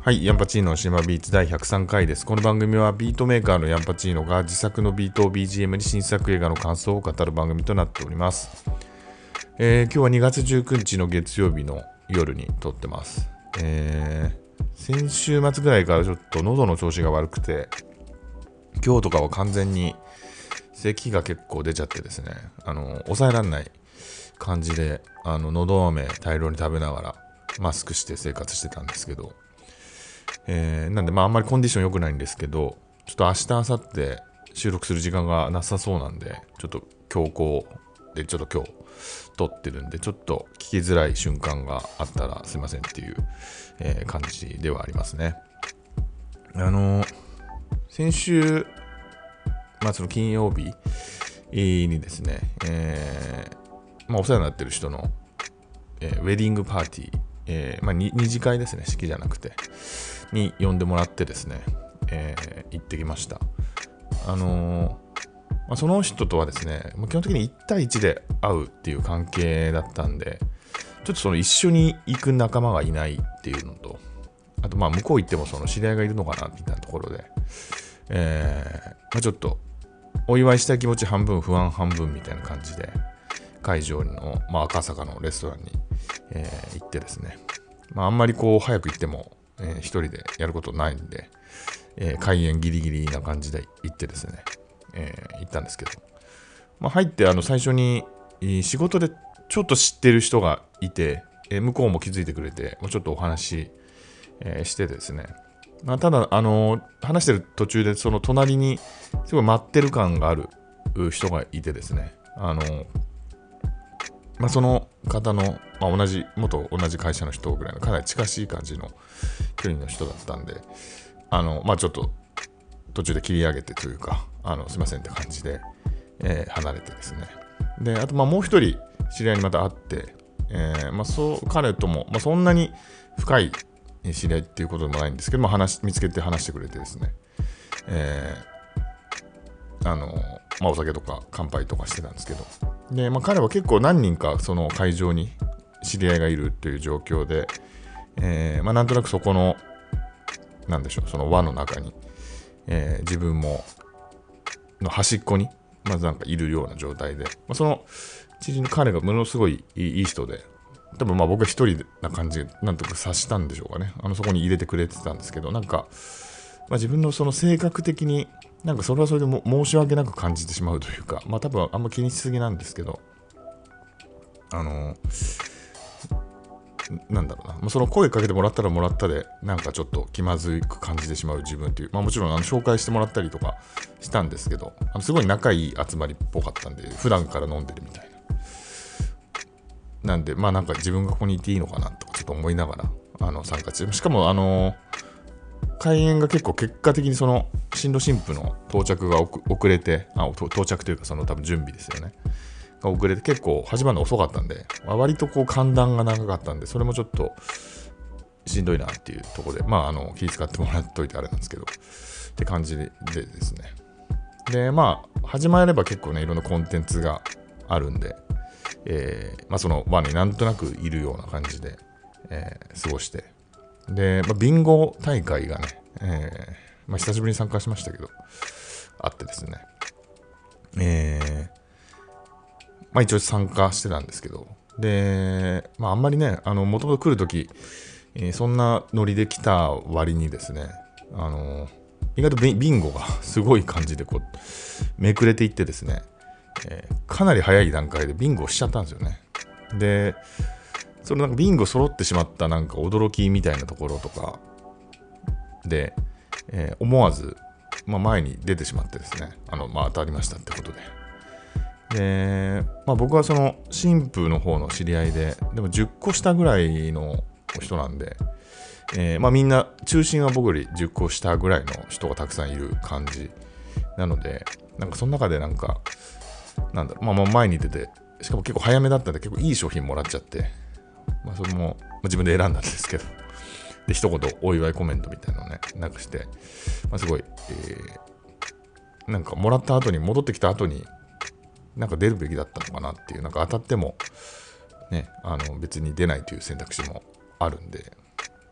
はい、ヤンパチーノの島ビーツ第103回です。この番組はビートメーカーのヤンパチーノが自作のビートを BGM に新作映画の感想を語る番組となっております。今日は2月19日の月曜日の夜に撮ってます。先週末ぐらいからちょっと喉の調子が悪くて、今日とかは完全に咳が結構出ちゃってですね、抑えられない感じで、喉飴大量に食べながらマスクして生活してたんですけど、なんであんまりコンディション良くないんですけど、ちょっと明日明後日収録する時間がなさそうなんで、ちょっと強行でちょっと今日撮ってるんで、ちょっと聞きづらい瞬間があったらすいませんっていう、感じではありますね。先週その金曜日にですね、お世話になってる人の、ウェディングパーティー、二次会ですね、式じゃなくてに呼んでもらってですね、行ってきました。その人とはですね、基本的に1対1で会うっていう関係だったんで、ちょっとその一緒に行く仲間がいないっていうのと、あと向こう行ってもその知り合いがいるのかなみたいなところで、ちょっとお祝いしたい気持ち半分不安半分みたいな感じで会場の、赤坂のレストランに、行ってですね、あんまりこう早く行っても、一人でやることないんで、開演ギリギリな感じで行ってですね、行ったんですけど、入って最初に仕事でちょっと知ってる人がいて、向こうも気づいてくれて、ちょっとお話、してですね、ただ話してる途中でその隣にすごい待ってる感がある人がいてですね、その方の、元同じ会社の人ぐらいのかなり近しい感じの距離の人だったんで、ちょっと途中で切り上げてというか、すいませんって感じで、離れてですね。で、あともう一人知り合いにまた会って、彼とも、そんなに深い知り合いっていうことでもないんですけど、見つけて話してくれてですね、お酒とか乾杯とかしてたんですけど、で、彼は結構何人かその会場に知り合いがいるという状況で、なんとなくそこのその輪の中に、自分もの端っこにまずなんかいるような状態で、その知人の彼がものすごいいい人で、多分僕は一人な感じでなんとか察したんでしょうかね。そこに入れてくれてたんですけど、自分のその性格的にそれはそれでも申し訳なく感じてしまうというか、多分あんま気にしすぎなんですけど、その声かけてもらったらもらったでちょっと気まずく感じてしまう自分っていう、もちろん紹介してもらったりとかしたんですけど、すごい仲いい集まりっぽかったんで、普段から飲んでるみたいなんで、自分がここにいていいのかなとちょっと思いながら参加して、しかも開演が結構結果的にその新郎新婦の到着が遅れて、到着というかその多分準備ですよねが遅れて、結構始まるの遅かったんで、割とこう寒暖が長かったんで、それもちょっとしんどいなっていうところで、気遣ってもらっといてあれなんですけどって感じでですね。で、始まれば結構ね、いろんなコンテンツがあるんで、その場になんとなくいるような感じで、過ごして、で、ビンゴ大会がね、久しぶりに参加しましたけど、あってですね、一応参加してたんですけど、で、あんまりね、もともと来るとき、そんなノリで来た割にですね、意外とビンゴがすごい感じでこうめくれていってですね、かなり早い段階でビンゴをしちゃったんですよね。で、そのビンゴ揃ってしまった驚きみたいなところとかで、思わず、前に出てしまってですね、当たりましたってことで。で、僕はその新婦の方の知り合いでも10個下ぐらいの人なんで、みんな中心は僕より10個下ぐらいの人がたくさんいる感じなので、その中で前に出て、しかも結構早めだったんで結構いい商品もらっちゃって、それも自分で選んだんですけど、で一言お祝いコメントみたいなのをねして、すごい、もらった後に戻ってきた後に出るべきだったのかなっていう、当たってもね、別に出ないという選択肢もあるんで、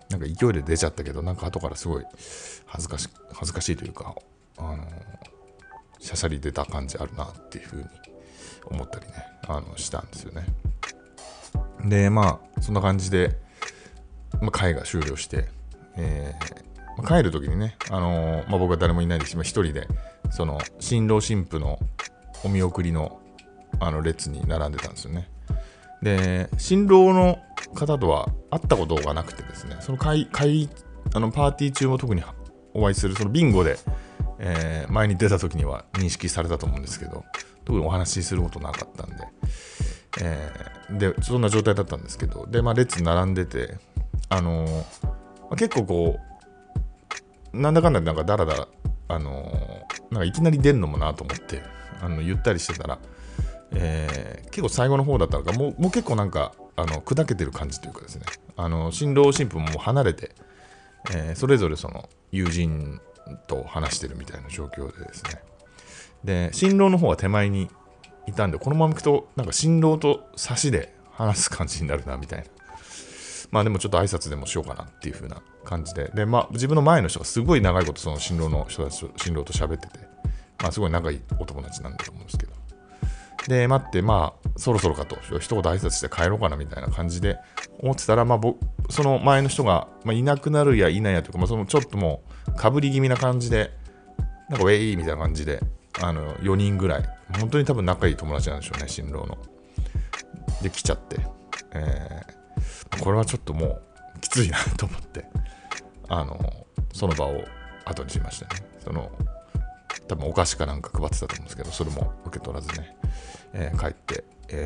なんか勢いで出ちゃったけど、なんか後からすごい恥ずかしいというか、しゃしゃり出た感じあるなっていうふうに思ったりね、したんですよね。で、そんな感じで、会が終了して、帰るときにね、僕は誰もいないですし、一人で、その、新郎新婦のお見送りの、列に並んでたんですよね。で、新郎の方とは会ったことがなくてですね、そのパーティー中も特にお会いする、そのビンゴで、前に出たときには認識されたと思うんですけど、特にお話しすることなかったんで、で、そんな状態だったんですけど、で、列並んでて、結構こう、なんだかんだなんかだらだら、なんかいきなり出るのもなと思って、ゆったりしてたら、結構最後の方だったのか、もう結構なんか、砕けてる感じというかですね、新郎新婦ももう離れて、それぞれその友人と話してるみたいな状況でですね、で、新郎の方は手前にいたんで、このまま行くと、なんか新郎と差しで話す感じになるな、みたいな。でもちょっと挨拶でもしようかなっていう風な感じで、で、自分の前の人がすごい長いことその新郎の人たちと、新郎と喋ってて、すごい仲いいお友達なんだと思うんですけど。で、待って、そろそろかと、一言挨拶して帰ろうかなみたいな感じで思ってたら、その前の人が、いなくなるやいないやというか、そのちょっともう、かぶり気味な感じで、なんかウェイみたいな感じで、4人ぐらい、本当に多分仲いい友達なんでしょうね、新郎の。で、来ちゃって、これはちょっともう、きついなと思って、その場を後にしましたね。多分お菓子かなんか配ってたと思うんですけど、それも受け取らずね、帰って、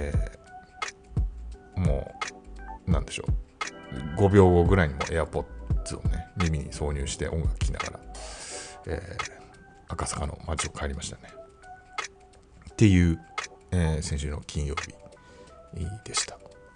もう、なんでしょう、5秒後ぐらいにも AirPods をね、耳に挿入して音楽聴きながら、赤坂の街を帰りましたね。っていう、先週の金曜日でした。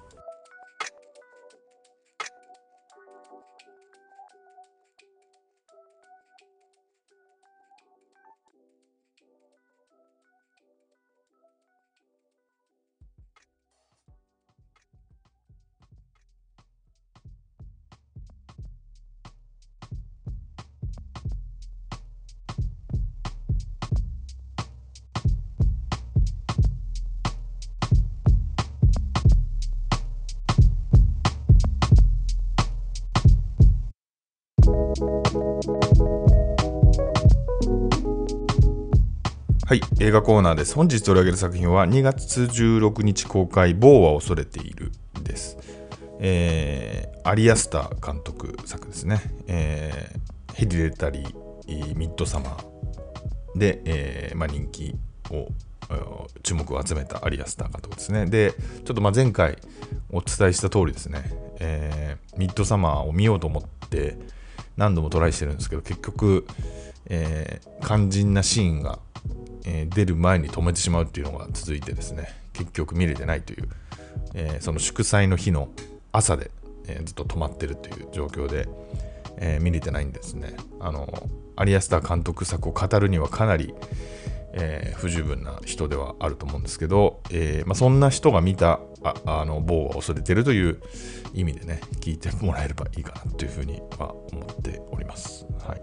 はい、映画コーナーです。本日取り上げる作品は2月16日公開、某は恐れているです。アリアスター監督作ですね。ヘリデタリー、ミッドサマーで、人気を注目を集めたアリアスター監督ですね。で、ちょっと前回お伝えした通りですね、ミッドサマーを見ようと思って何度もトライしてるんですけど、結局、肝心なシーンが出る前に止めてしまうっていうのが続いてですね、結局見れてないという、その祝祭の日の朝で、ずっと止まってるという状況で、見れてないんですね。アリアスター監督作を語るにはかなり、不十分な人ではあると思うんですけど、そんな人が見た某は恐れてるという意味でね、聞いてもらえればいいかなというふうには思っております。はい。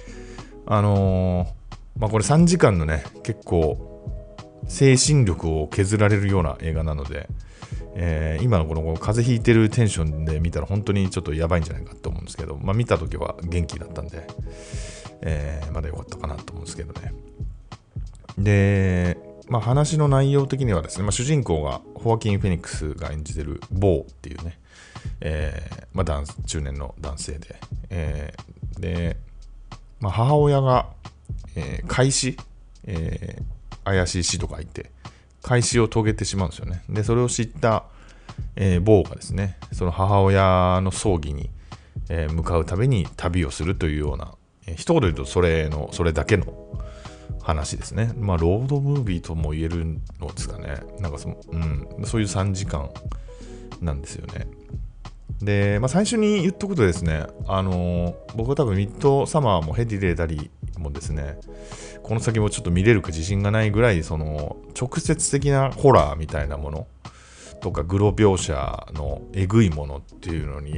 これ3時間のね、結構精神力を削られるような映画なので、今のこの風邪ひいてるテンションで見たら本当にちょっとやばいんじゃないかと思うんですけど、見た時は元気だったんで、まだ良かったかなと思うんですけどね。で、話の内容的にはですね、主人公がホアキン・フェニックスが演じてるボーっていうね、中年の男性で、で、母親が、開始、怪しい死とかいて、開始を遂げてしまうんですよね。で、それを知った、ボーがですね、その母親の葬儀に、向かうために旅をするというような、一言で言うとそれだけの話ですね。ロードムービーとも言えるのですかね。なんかそういう3時間なんですよね。で、最初に言っとくとですね、僕は多分ミッドサマーもヘディレータリーもですね、この先もちょっと見れるか自信がないぐらい、その直接的なホラーみたいなものとかグロ描写のえぐいものっていうのに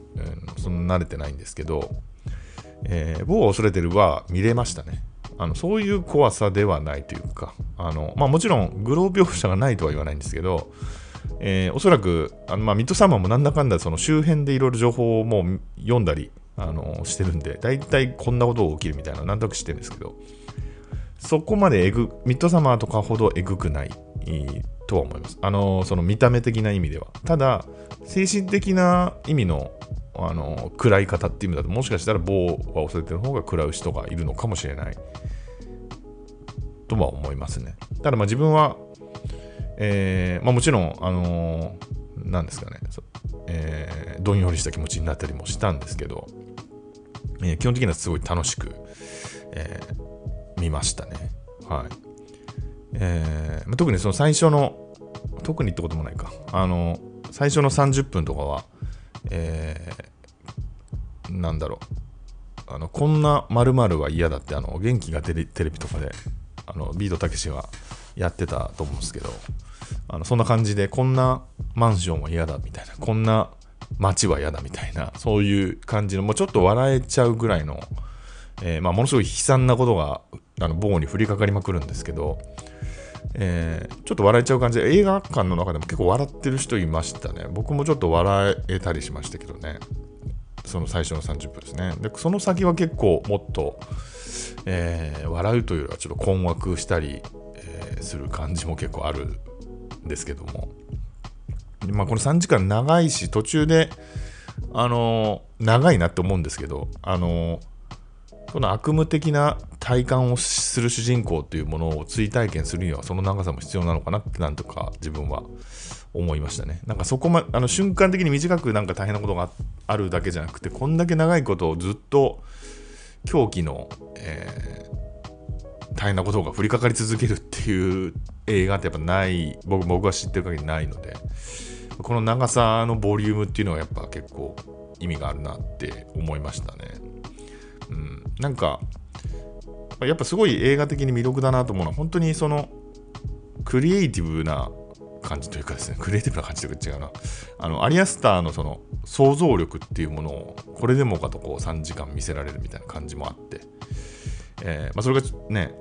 そんな慣れてないんですけど、某恐れてるは見れましたね。そういう怖さではないというか、もちろんグロ描写がないとは言わないんですけど、おそらくミッドサマーもなんだかんだその周辺でいろいろ情報をもう読んだりしてるんで、だいたいこんなことが起きるみたいななんとなく知ってるんですけど、そこまでミッドサマーとかほどえぐくないとは思います。その見た目的な意味では。ただ精神的な意味の食らい方っていう意味だと、もしかしたら某は恐れてる方が食らう人がいるのかもしれないとは思いますね。ただ自分は、もちろんなんですかね、どんよりした気持ちになったりもしたんですけど、基本的にはすごい楽しく、見ましたね。はい。特にその最初の、特にってこともないか、最初の30分とかは、なんだろう、こんな〇〇は嫌だって元気がテレビとかでビートたけしがやってたと思うんですけど、そんな感じでこんなマンションは嫌だみたいな、こんな街は嫌だみたいな、そういう感じのもうちょっと笑えちゃうぐらいの、ものすごい悲惨なことが某に降りかかりまくるんですけど、ちょっと笑えちゃう感じで、映画館の中でも結構笑ってる人いましたね。僕もちょっと笑えたりしましたけどね。その最初の30分ですね。でその先は結構もっと、笑うというよりはちょっと困惑したり、する感じも結構あるんですけども、この3時間長いし、途中で長いなって思うんですけど、その悪夢的な体感をする主人公というものを追体験するにはその長さも必要なのかなってなんとか自分は思いましたね。なんかそこ瞬間的に短くなんか大変なことがあるだけじゃなくて、こんだけ長いことをずっと狂気の、大変なことが降りかかり続けるっていう映画ってやっぱない、僕が知ってる限りないので、この長さのボリュームっていうのはやっぱ結構意味があるなって思いましたね。なんかやっぱすごい映画的に魅力だなと思うのは、本当にそのクリエイティブな感じというかですね、クリエイティブな感じというか違うな、アリアスターのその想像力っていうものをこれでもかとこう3時間見せられるみたいな感じもあって、それがね、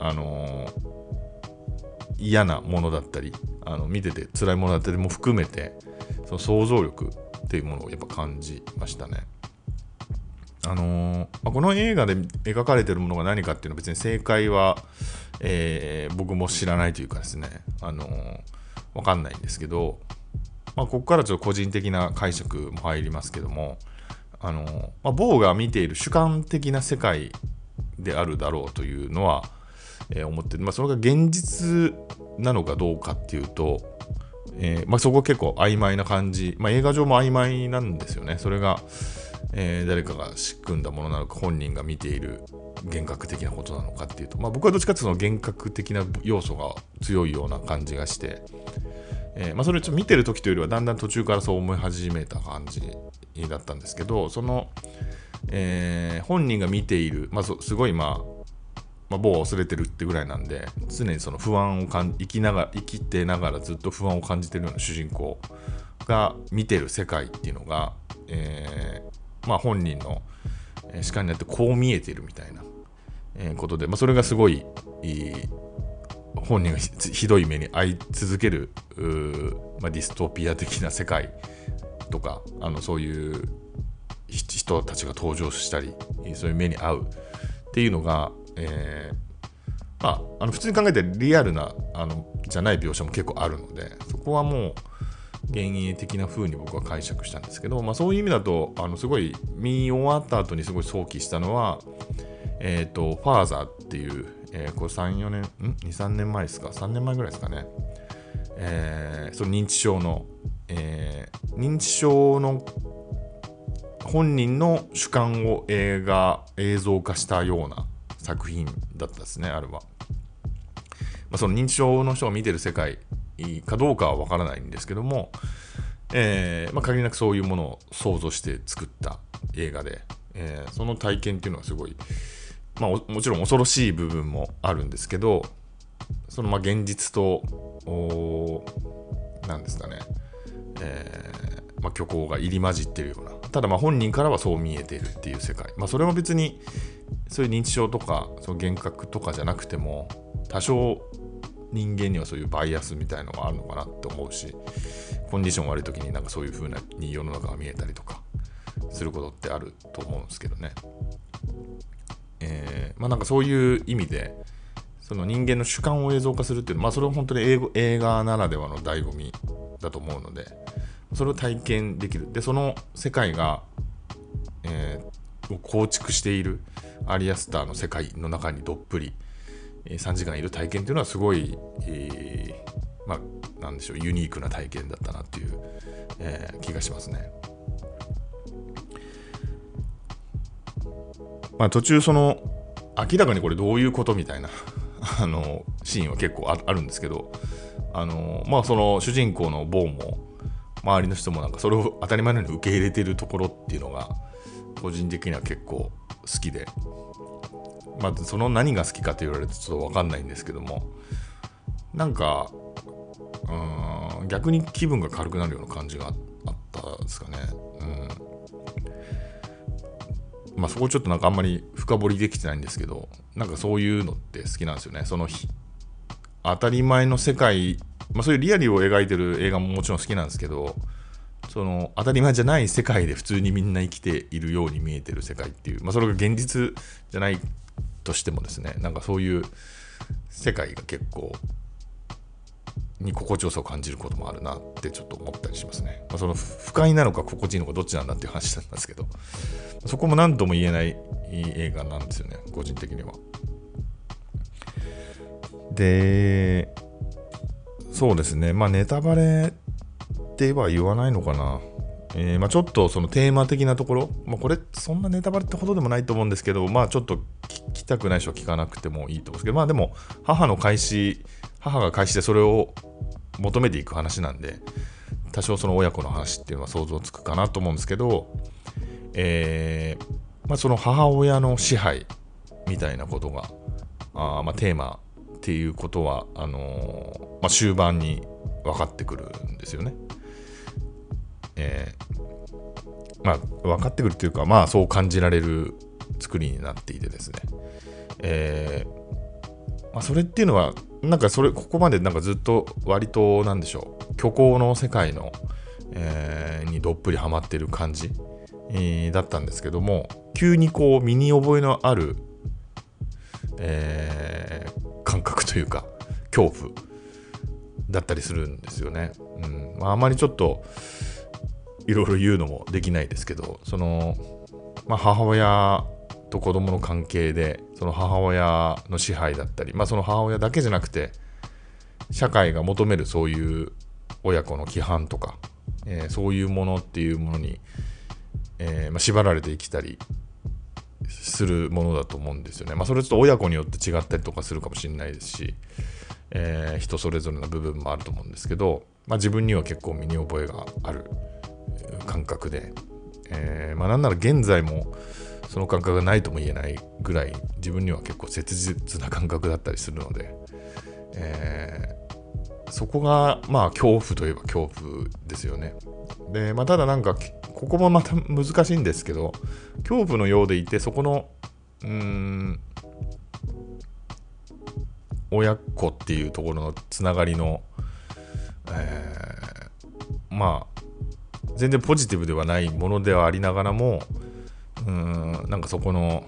嫌なものだったり見てて辛いものだったりも含めて、その想像力っていうものをやっぱ感じましたね。この映画で描かれているものが何かっていうのは別に正解は、僕も知らないというかですね、わかんないんですけど、ここからちょっと個人的な解釈も入りますけども、ボーが見ている主観的な世界であるだろうというのは、思ってて、それが現実なのかどうかっていうと、そこは結構曖昧な感じ、映画上も曖昧なんですよね。それが誰かが仕組んだものなのか、本人が見ている幻覚的なことなのかっていうと、僕はどっちかというとその幻覚的な要素が強いような感じがして、それをちょっと見てる時というよりはだんだん途中からそう思い始めた感じだったんですけど、その、本人が見ている、すごい某は恐れてるってぐらいなんで、常にその不安を生きてながらずっと不安を感じているような主人公が見てる世界っていうのが、本人の視観になってこう見えているみたいなことで、それがすごい本人がひどい目に遭い続けるディストピア的な世界とか、そういう人たちが登場したり、そういう目に遭うっていうのが、普通に考えてリアルなじゃない描写も結構あるので、そこはもう幻影的な風に僕は解釈したんですけど、そういう意味だとすごい見終わった後にすごい想起したのは、ファーザーっていう、これ3、4年2、3年前ですか、3年前ぐらいですかね、その認知症の本人の主観を映像化したような作品だったですね、あれは。その認知症の人が見てる世界かどうかは分からないんですけども、限りなくそういうものを想像して作った映画で、その体験っていうのはすごい、もちろん恐ろしい部分もあるんですけど、その現実となんですかね、 虚構が入り混じってるような、ただ本人からはそう見えているっていう世界、それも別にそういう認知症とかその幻覚とかじゃなくても多少人間にはそういうバイアスみたいのがあるのかなって思うし、コンディション悪い時にそういう風に世の中が見えたりとかすることってあると思うんですけどね。そういう意味でその人間の主観を映像化するっていうのは、それは本当に映画ならではの醍醐味だと思うので、それを体験できる。でその世界が、を構築しているアリアスターの世界の中にどっぷり3時間いる体験っていうのはすごい、なんでしょう、ユニークな体験だったなっていう、気がしますね。途中明らかにこれどういうことみたいなシーンは結構あるんですけど、その主人公のボーも周りの人もそれを当たり前のように受け入れているところっていうのが個人的には結構好きで、その何が好きかと言われるとちょっと分かんないんですけども、逆に気分が軽くなるような感じがあったですかね。そこちょっとあんまり深掘りできてないんですけど、そういうのって好きなんですよね。その当たり前の世界、そういうリアリを描いてる映画ももちろん好きなんですけど、その当たり前じゃない世界で普通にみんな生きているように見えてる世界っていう、それが現実じゃないとしてもですね、そういう世界が結構に心地よさを感じることもあるなってちょっと思ったりしますね。その不快なのか心地いいのかどっちなんだっていう話なんですけど、そこも何とも言えない映画なんですよね、個人的には。で、そうですね、ネタバレっては言わないのかな。ちょっとそのテーマ的なところ、これそんなネタバレってほどでもないと思うんですけど、ちょっと聞きたくない人は聞かなくてもいいと思うんですけど、でも母が開始でそれを求めていく話なんで、多少その親子の話っていうのは想像つくかなと思うんですけど、その母親の支配みたいなことがテーマっていうことは終盤に分かってくるんですよね。分かってくるというか、そう感じられる作りになっていてですね、それっていうのはここまでずっと割となんでしょう、虚構の世界の、にどっぷりハマってる感じ、だったんですけども、急に身に覚えのある、感覚というか恐怖だったりするんですよね。あまりちょっといろいろ言うのもできないですけど、その、母親と子供の関係でその母親の支配だったり、その母親だけじゃなくて社会が求めるそういう親子の規範とか、そういうものっていうものに、縛られて生きたりするものだと思うんですよね。それちょっと親子によって違ったりとかするかもしれないですし、人それぞれの部分もあると思うんですけど、自分には結構身に覚えがある感覚で、なんなら現在もその感覚がないとも言えないぐらい自分には結構切実な感覚だったりするので、そこが恐怖といえば恐怖ですよね。で、ただここもまた難しいんですけど、恐怖のようでいてそこの親子っていうところのつながりの、全然ポジティブではないものではありながらも、そこの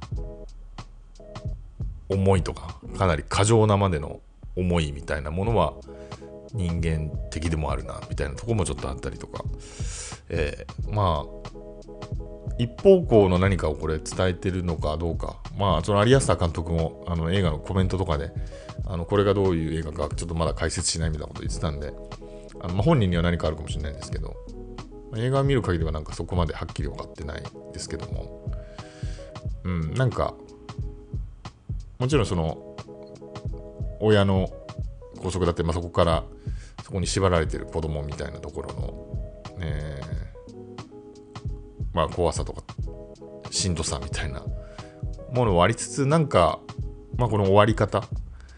思いとかかなり過剰なまでの思いみたいなものは人間的でもあるなみたいなところもちょっとあったりとか、一方向の何かをこれ伝えてるのかどうか、そのアリアスター監督も映画のコメントとかでこれがどういう映画かちょっとまだ解説しないみたいなこと言ってたんで、本人には何かあるかもしれないんですけど、映画を見る限りはそこまではっきり分かってないですけども、もちろんその親の拘束だって、そこからそこに縛られてる子供みたいなところの、怖さとかしんどさみたいなものはありつつ、この終わり方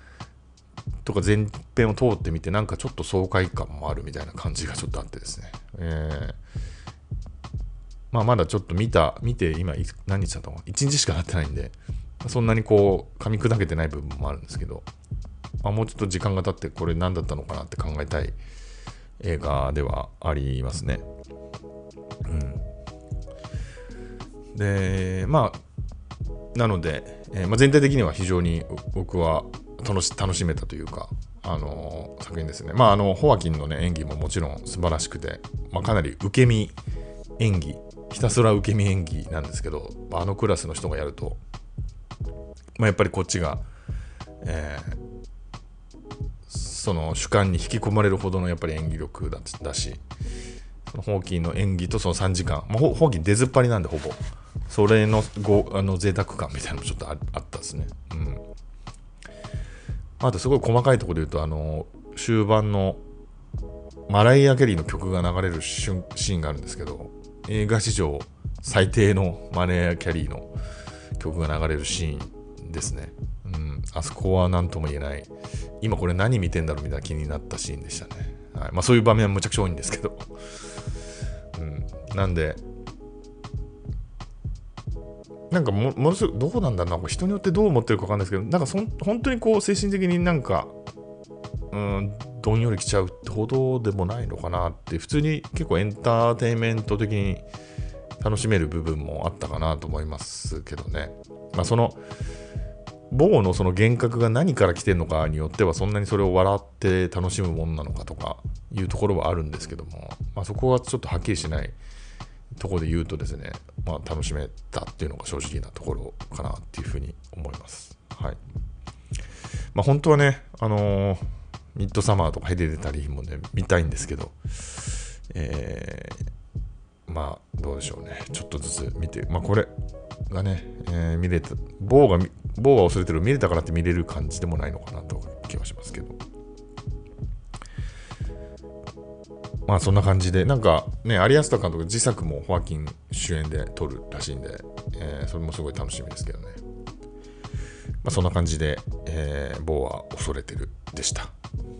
とか前編を通ってみてちょっと爽快感もあるみたいな感じがちょっとあってですね、 まだちょっと見て今何日だったのか1日しかなってないんで、そんなにこう噛み砕けてない部分もあるんですけど、もうちょっと時間が経ってこれ何だったのかなって考えたい映画ではありますね。でなので、全体的には非常に僕は楽しめたというか、作品ですね。ホアキンの、ね、演技ももちろん素晴らしくて、かなり受け身演技、ひたすら受け身演技なんですけど、あのクラスの人がやると、やっぱりこっちが、その主観に引き込まれるほどのやっぱり演技力だし、そのホーキンの演技とその3時間、ホーキン出ずっぱりなんでほぼそれの贅沢感みたいなのもちょっとあったですね。あとすごい細かいところで言うと、終盤のマライア・キャリーの曲が流れるシーンがあるんですけど、映画史上最低のマライア・キャリーの曲が流れるシーンですね。あそこは何とも言えない、今これ何見てんだろうみたいな気になったシーンでしたね。そういう場面はむちゃくちゃ多いんですけど、なんでなんかものすごいどうなんだろうな、人によってどう思ってるか分かんないですけど、なんか本当にこう精神的になんかどんよりきちゃうってほどでもないのかなって、普通に結構エンターテインメント的に楽しめる部分もあったかなと思いますけどね。その某のその幻覚が何から来てるのかによっては、そんなにそれを笑って楽しむものなのかとかいうところはあるんですけども、そこはちょっとはっきりしないところで言うとですね、楽しめたっていうのが正直なところかなっていうふうに思います。はい。本当はね、ミッドサマーとかヘデデタリーもね見たいんですけど、どうでしょうね、ちょっとずつ見て、これがね、見れた、某が忘れてる、見れたからって見れる感じでもないのかなという気はしますけど、そんな感じで、なんかね、アリアスタ監督自作もホアキン主演で撮るらしいんで、それもすごい楽しみですけどね。そんな感じで、某は恐れてるでした。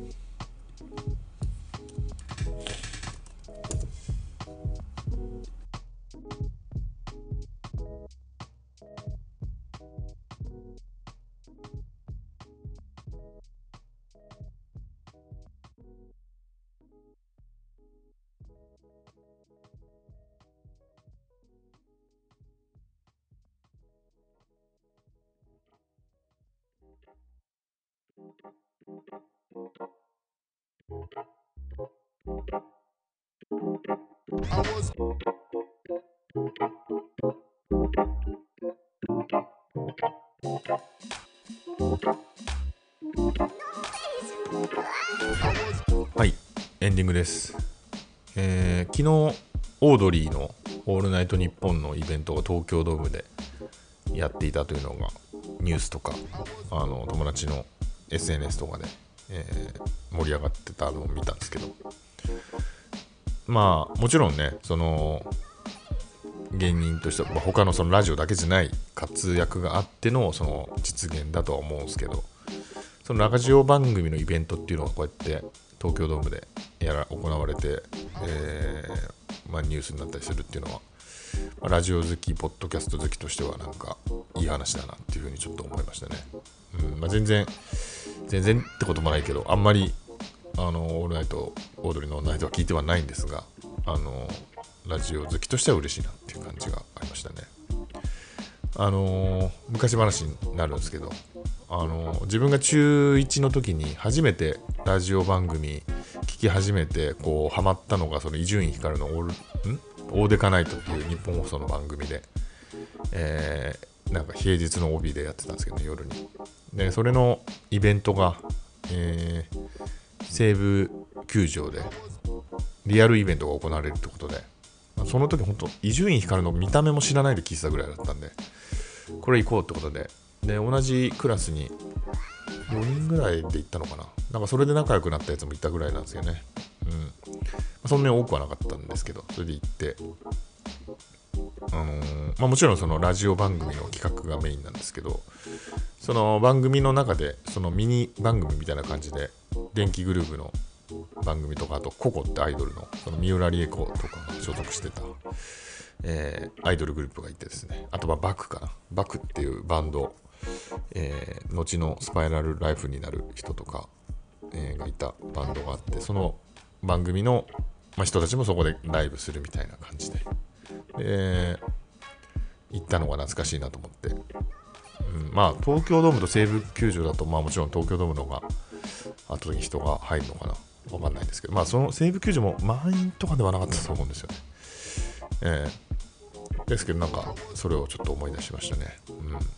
はい、エンディングです。昨日オードリーのオールナイトニッポンのイベントが東京ドームでやっていたというのがニュースとか友達の SNS とかで、盛り上がってたのを見たんですけど、もちろんね、その芸人としては、他のそのラジオだけじゃない活躍があってのその実現だとは思うんですけど、そのラジオ番組のイベントっていうのがこうやって東京ドームで行われて、ニュースになったりするっていうのは、ラジオ好きポッドキャスト好きとしてはなんかいい話だなっていうふうにちょっと思いましたね。全然ってこともないけど、あんまりオールナイトオードリーのオールナイトは聞いてはないんですが、ラジオ好きとしては嬉しいなっていう感じがありましたね。昔話になるんですけど、自分が中1の時に初めてラジオ番組聞き始めてこうハマったのが、その伊集院光のオーデカナイトっていう日本放送の番組で、なんか平日の帯でやってたんですけど、夜に。でそれのイベントが、西武球場でリアルイベントが行われるってことで、その時本当伊集院光の見た目も知らないで聞いてたぐらいだったんで、これ行こうってことで、同じクラスに4人ぐらいで行ったのかな、なんかそれで仲良くなったやつもいたぐらいなんですよね。そんなに多くはなかったんですけど、それで行って、もちろんそのラジオ番組の企画がメインなんですけど、その番組の中でそのミニ番組みたいな感じで電気グルーヴの番組とか、あとココってアイドルのその三浦理恵子とかが所属してた、アイドルグループがいてですね、あとはバクかな、バクっていうバンド、後のスパイラルライフになる人とか、がいたバンドがあって、その番組の、人たちもそこでライブするみたいな感じで、行ったのが懐かしいなと思って、東京ドームと西武球場だと、もちろん東京ドームの方が後に人が入るのかな、分かんないですけど、その西武球場も満員とかではなかったと思うんですよね。ですけど、なんかそれをちょっと思い出しましたね。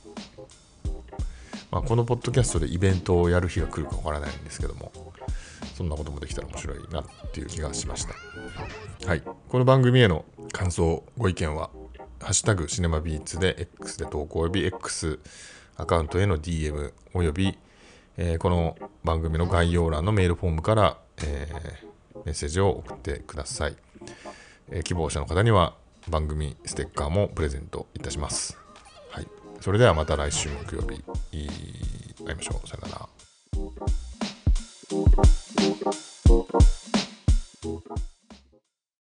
このポッドキャストでイベントをやる日が来るかわからないんですけども、そんなこともできたら面白いなっていう気がしました。はい、この番組への感想ご意見はハッシュタグシネマビーツで X で投稿および X アカウントへの DM および、この番組の概要欄のメールフォームから、メッセージを送ってください。希望者の方には番組ステッカーもプレゼントいたします。はい、それではまた来週木曜日会いましょう。さよなら。